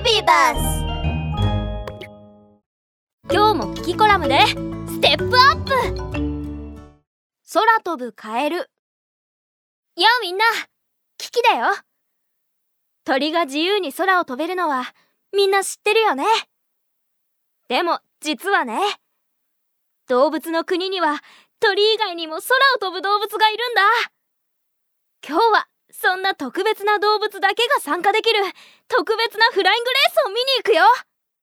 ビバス。今日もキキコラムでステップアップ。空飛ぶカエル。やあみんな、キキだよ。鳥が自由に空を飛べるのはみんな知ってるよね。でも実はね、動物の国には鳥以外にも空を飛ぶ動物がいるんだ。今日はそんな特別な動物だけが参加できる特別なフライングレースを見に行くよ。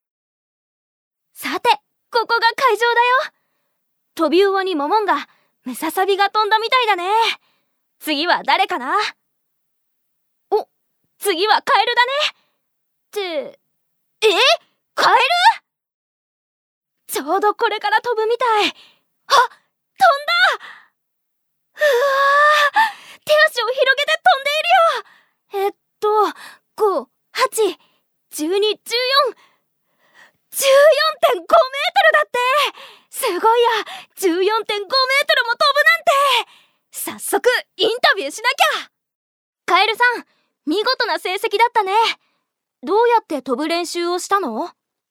さて、ここが会場だよ。トビウオにモモンガ、ムササビが飛んだみたいだね。次は誰かな？お、次はカエルだね。カエル？ちょうどこれから飛ぶみたい。あ、飛んだ！うわー、手足を広げて飛んでいるよ。5、8、12、14、14.5 メートルだって。すごいや、14.5 メートルも飛ぶなんて。早速インタビューしなきゃ。カエルさん、見事な成績だったね。どうやって飛ぶ練習をしたの？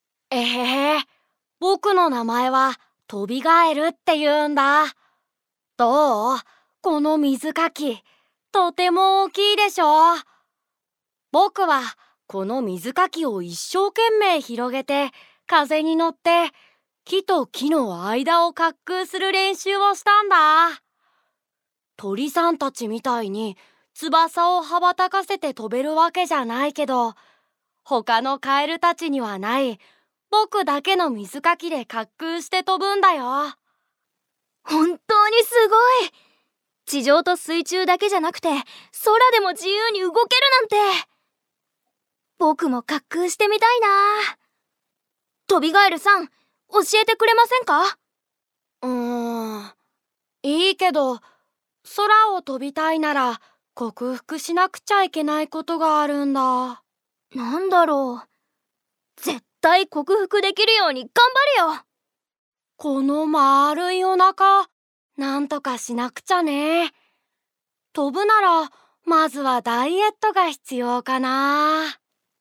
僕の名前はトビガエルって言うんだ。どう？この水かき、とても大きいでしょ。僕はこの水かきを一生懸命広げて風に乗って木と木の間を滑空する練習をしたんだ。鳥さんたちみたいに翼を羽ばたかせて飛べるわけじゃないけど、他のカエルたちにはない僕だけの水かきで滑空して飛ぶんだよ。 本当にすごい。地上と水中だけじゃなくて空でも自由に動けるなんて。僕も滑空してみたいな。トビガエルさん、教えてくれませんか？ いいけど、空を飛びたいなら克服しなくちゃいけないことがあるんだ。 なんだろう。絶対克服できるように頑張れよ。 この丸いお腹、なんとかしなくちゃね。飛ぶならまずはダイエットが必要かな。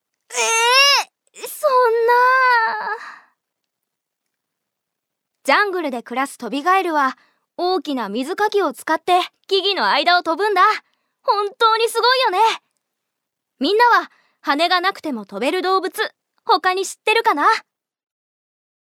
そんな。ジャングルで暮らすトビガエルは大きな水かきを使って木々の間を飛ぶんだ。本当にすごいよね。みんなは羽がなくても飛べる動物、他に知ってるかな？